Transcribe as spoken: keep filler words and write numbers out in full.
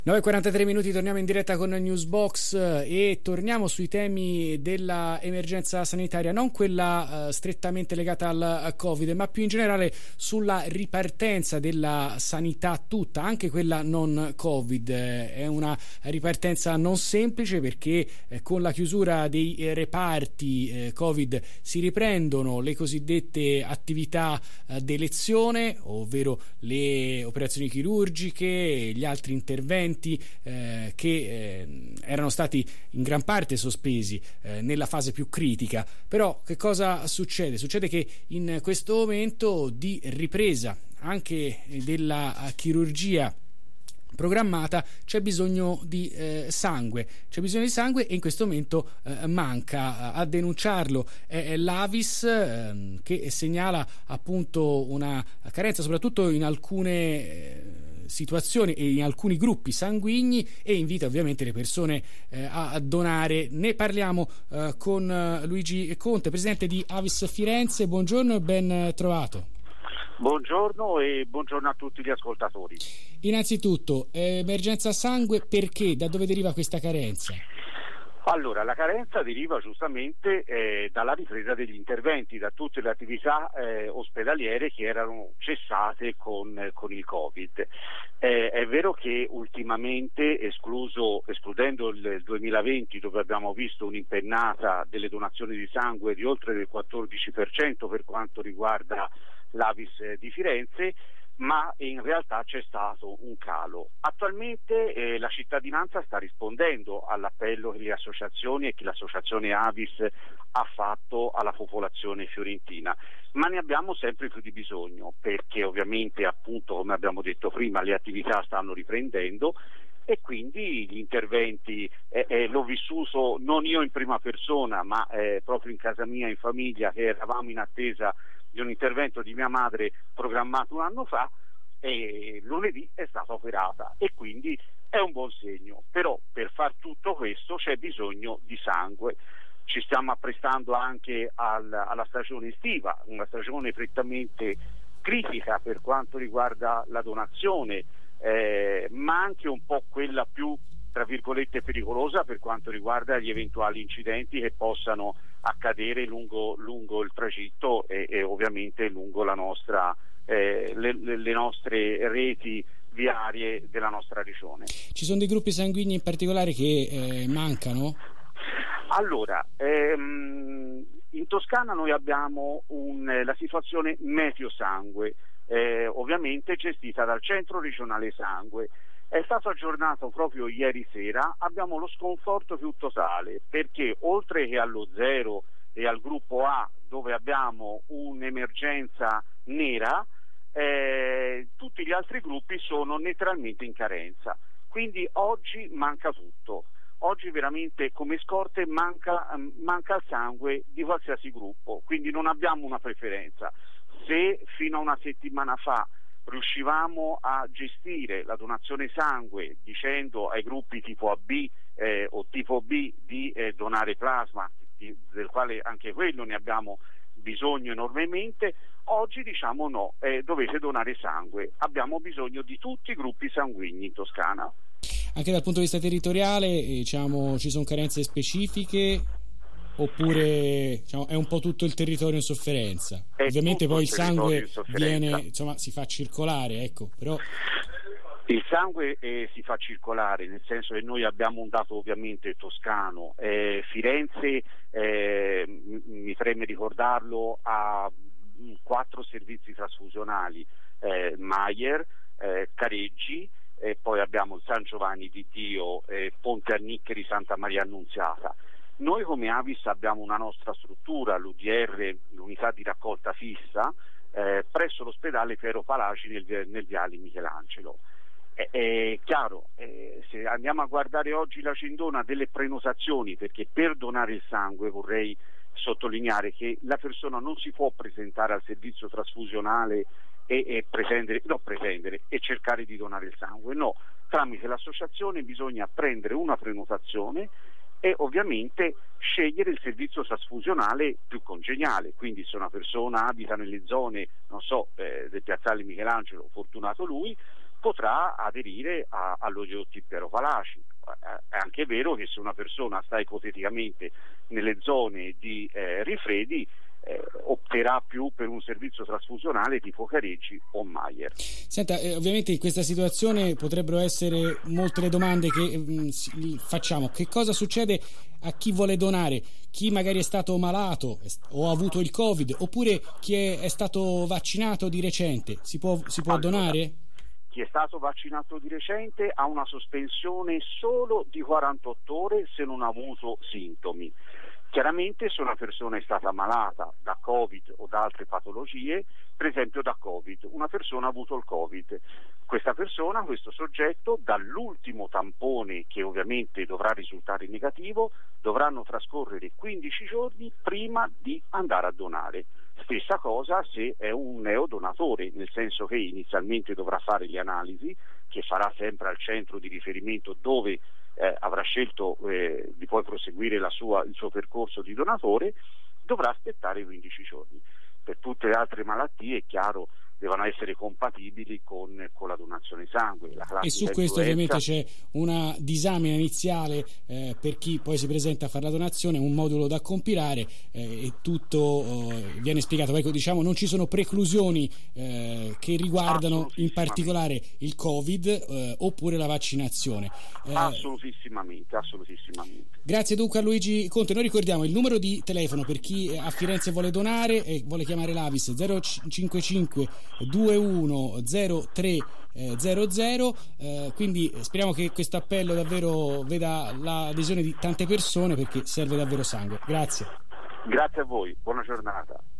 nove e quarantatré minuti, torniamo in diretta con Newsbox e torniamo sui temi della emergenza sanitaria, non quella uh, strettamente legata al Covid, ma più in generale sulla ripartenza della sanità tutta, anche quella non Covid. È una ripartenza non semplice perché eh, con la chiusura dei eh, reparti eh, Covid si riprendono le cosiddette attività eh, d'elezione, ovvero le operazioni chirurgiche, gli altri interventi Eh, che eh, erano stati in gran parte sospesi eh, nella fase più critica. Però che cosa succede? Succede che in questo momento di ripresa anche della chirurgia programmata c'è bisogno di eh, sangue c'è bisogno di sangue e in questo momento eh, manca. A denunciarlo è l'Avis, eh, che segnala appunto una carenza soprattutto in alcune eh, situazioni e in alcuni gruppi sanguigni, e invita ovviamente le persone eh, a donare. Ne parliamo eh, con Luigi Conte, presidente di Avis Firenze. Buongiorno e ben trovato. Buongiorno e buongiorno a tutti gli ascoltatori. Innanzitutto, emergenza sangue, perché? Da dove deriva questa carenza? Allora, la carenza deriva giustamente eh, dalla ripresa degli interventi, da tutte le attività eh, ospedaliere che erano cessate con, eh, con il Covid. Eh, è vero che ultimamente, escluso, escludendo il duemilaventi, dove abbiamo visto un'impennata delle donazioni di sangue di oltre il quattordici per cento per quanto riguarda l'Avis di Firenze, ma in realtà c'è stato un calo. Attualmente eh, la cittadinanza sta rispondendo all'appello che le associazioni e che l'associazione Avis ha fatto alla popolazione fiorentina, ma ne abbiamo sempre più di bisogno, perché ovviamente, appunto, come abbiamo detto prima, le attività stanno riprendendo e quindi gli interventi, eh, eh, l'ho vissuto non io in prima persona, ma eh, proprio in casa mia, in famiglia, che eravamo in attesa di un intervento di mia madre programmato un anno fa, e lunedì è stata operata, e quindi è un buon segno. Però per far tutto questo c'è bisogno di sangue. Ci stiamo apprestando anche al, alla stagione estiva, una stagione prettamente critica per quanto riguarda la donazione, eh, ma anche un po' quella più, tra virgolette, pericolosa per quanto riguarda gli eventuali incidenti che possano accadere lungo, lungo il tragitto e, e ovviamente lungo la nostra, eh, le, le nostre reti viarie della nostra regione. Ci sono dei gruppi sanguigni in particolare che eh, mancano? Allora, ehm, in Toscana noi abbiamo un, la situazione Meteo Sangue, eh, ovviamente gestita dal Centro Regionale Sangue. È stato aggiornato proprio ieri sera, abbiamo lo sconforto più totale, perché oltre che allo zero e al gruppo A, dove abbiamo un'emergenza nera, eh, tutti gli altri gruppi sono letteralmente in carenza. Quindi oggi manca tutto. Oggi veramente come scorte manca, manca il sangue di qualsiasi gruppo, quindi non abbiamo una preferenza. Se fino a una settimana fa riuscivamo a gestire la donazione sangue dicendo ai gruppi tipo A B eh, o tipo B di eh, donare plasma, di, del quale anche quello ne abbiamo bisogno enormemente, oggi diciamo no, eh, dovete donare sangue. Abbiamo bisogno di tutti i gruppi sanguigni in Toscana. Anche dal punto di vista territoriale, eh, diciamo, ci sono carenze specifiche, oppure diciamo, è un po' tutto il territorio in sofferenza? È Ovviamente poi il sangue viene, insomma, si fa circolare, ecco, però il sangue eh, si fa circolare, nel senso che noi abbiamo un dato ovviamente toscano. eh, Firenze, eh, m- mi preme ricordarlo, ha quattro servizi trasfusionali, eh, Maier, eh, Careggi, e poi abbiamo il San Giovanni di Dio, eh, Ponte Anniccheri, Santa Maria Annunziata. Noi come Avis abbiamo una nostra struttura, l'U D R, l'unità di raccolta fissa, eh, presso l'ospedale Piero Palaci nel, nel viale Michelangelo. È, è chiaro, eh, se andiamo a guardare oggi l'agenda delle prenotazioni, perché per donare il sangue vorrei sottolineare che la persona non si può presentare al servizio trasfusionale e, e pretendere, no, pretendere e cercare di donare il sangue, no, tramite l'associazione bisogna prendere una prenotazione e ovviamente scegliere il servizio trasfusionale più congeniale. Quindi se una persona abita nelle zone, non so, eh, del piazzale Michelangelo, fortunato lui, potrà aderire a, allo iottipperopalaci. È anche vero che se una persona sta ipoteticamente nelle zone di eh, rifredi Eh, opterà più per un servizio trasfusionale tipo Careggi o Maier. Senta, eh, ovviamente in questa situazione potrebbero essere molte le domande che mh, facciamo. Che cosa succede a chi vuole donare? Chi magari è stato malato o ha avuto il Covid, oppure chi è, è stato vaccinato di recente? Si può, si può allora, donare? Chi è stato vaccinato di recente ha una sospensione solo di quarantotto ore se non ha avuto sintomi. Chiaramente se una persona è stata malata da Covid o da altre patologie, per esempio da Covid, una persona ha avuto il Covid, questa persona, questo soggetto, dall'ultimo tampone che ovviamente dovrà risultare negativo, dovranno trascorrere quindici giorni prima di andare a donare. Stessa cosa se è un neodonatore, nel senso che inizialmente dovrà fare le analisi, che farà sempre al centro di riferimento dove eh, avrà scelto eh, di poi proseguire la sua, il suo percorso di donatore, dovrà aspettare quindici giorni. Per tutte le altre malattie è chiaro, devono essere compatibili con, con la donazione sangue. La e su questo influenza... ovviamente c'è una disamina iniziale eh, per chi poi si presenta a fare la donazione, un modulo da compilare eh, e tutto eh, viene spiegato. Ecco, diciamo, non ci sono preclusioni eh, che riguardano in particolare il Covid eh, oppure la vaccinazione. Eh, assolutissimamente, assolutissimamente. Grazie dunque a Luigi Conte. Noi ricordiamo il numero di telefono per chi a Firenze vuole donare e vuole chiamare l'Avis: zero cinquantacinque ventuno zero tre zero zero, eh, quindi speriamo che questo appello davvero veda l'adesione di tante persone, perché serve davvero sangue. Grazie. Grazie a voi, buona giornata.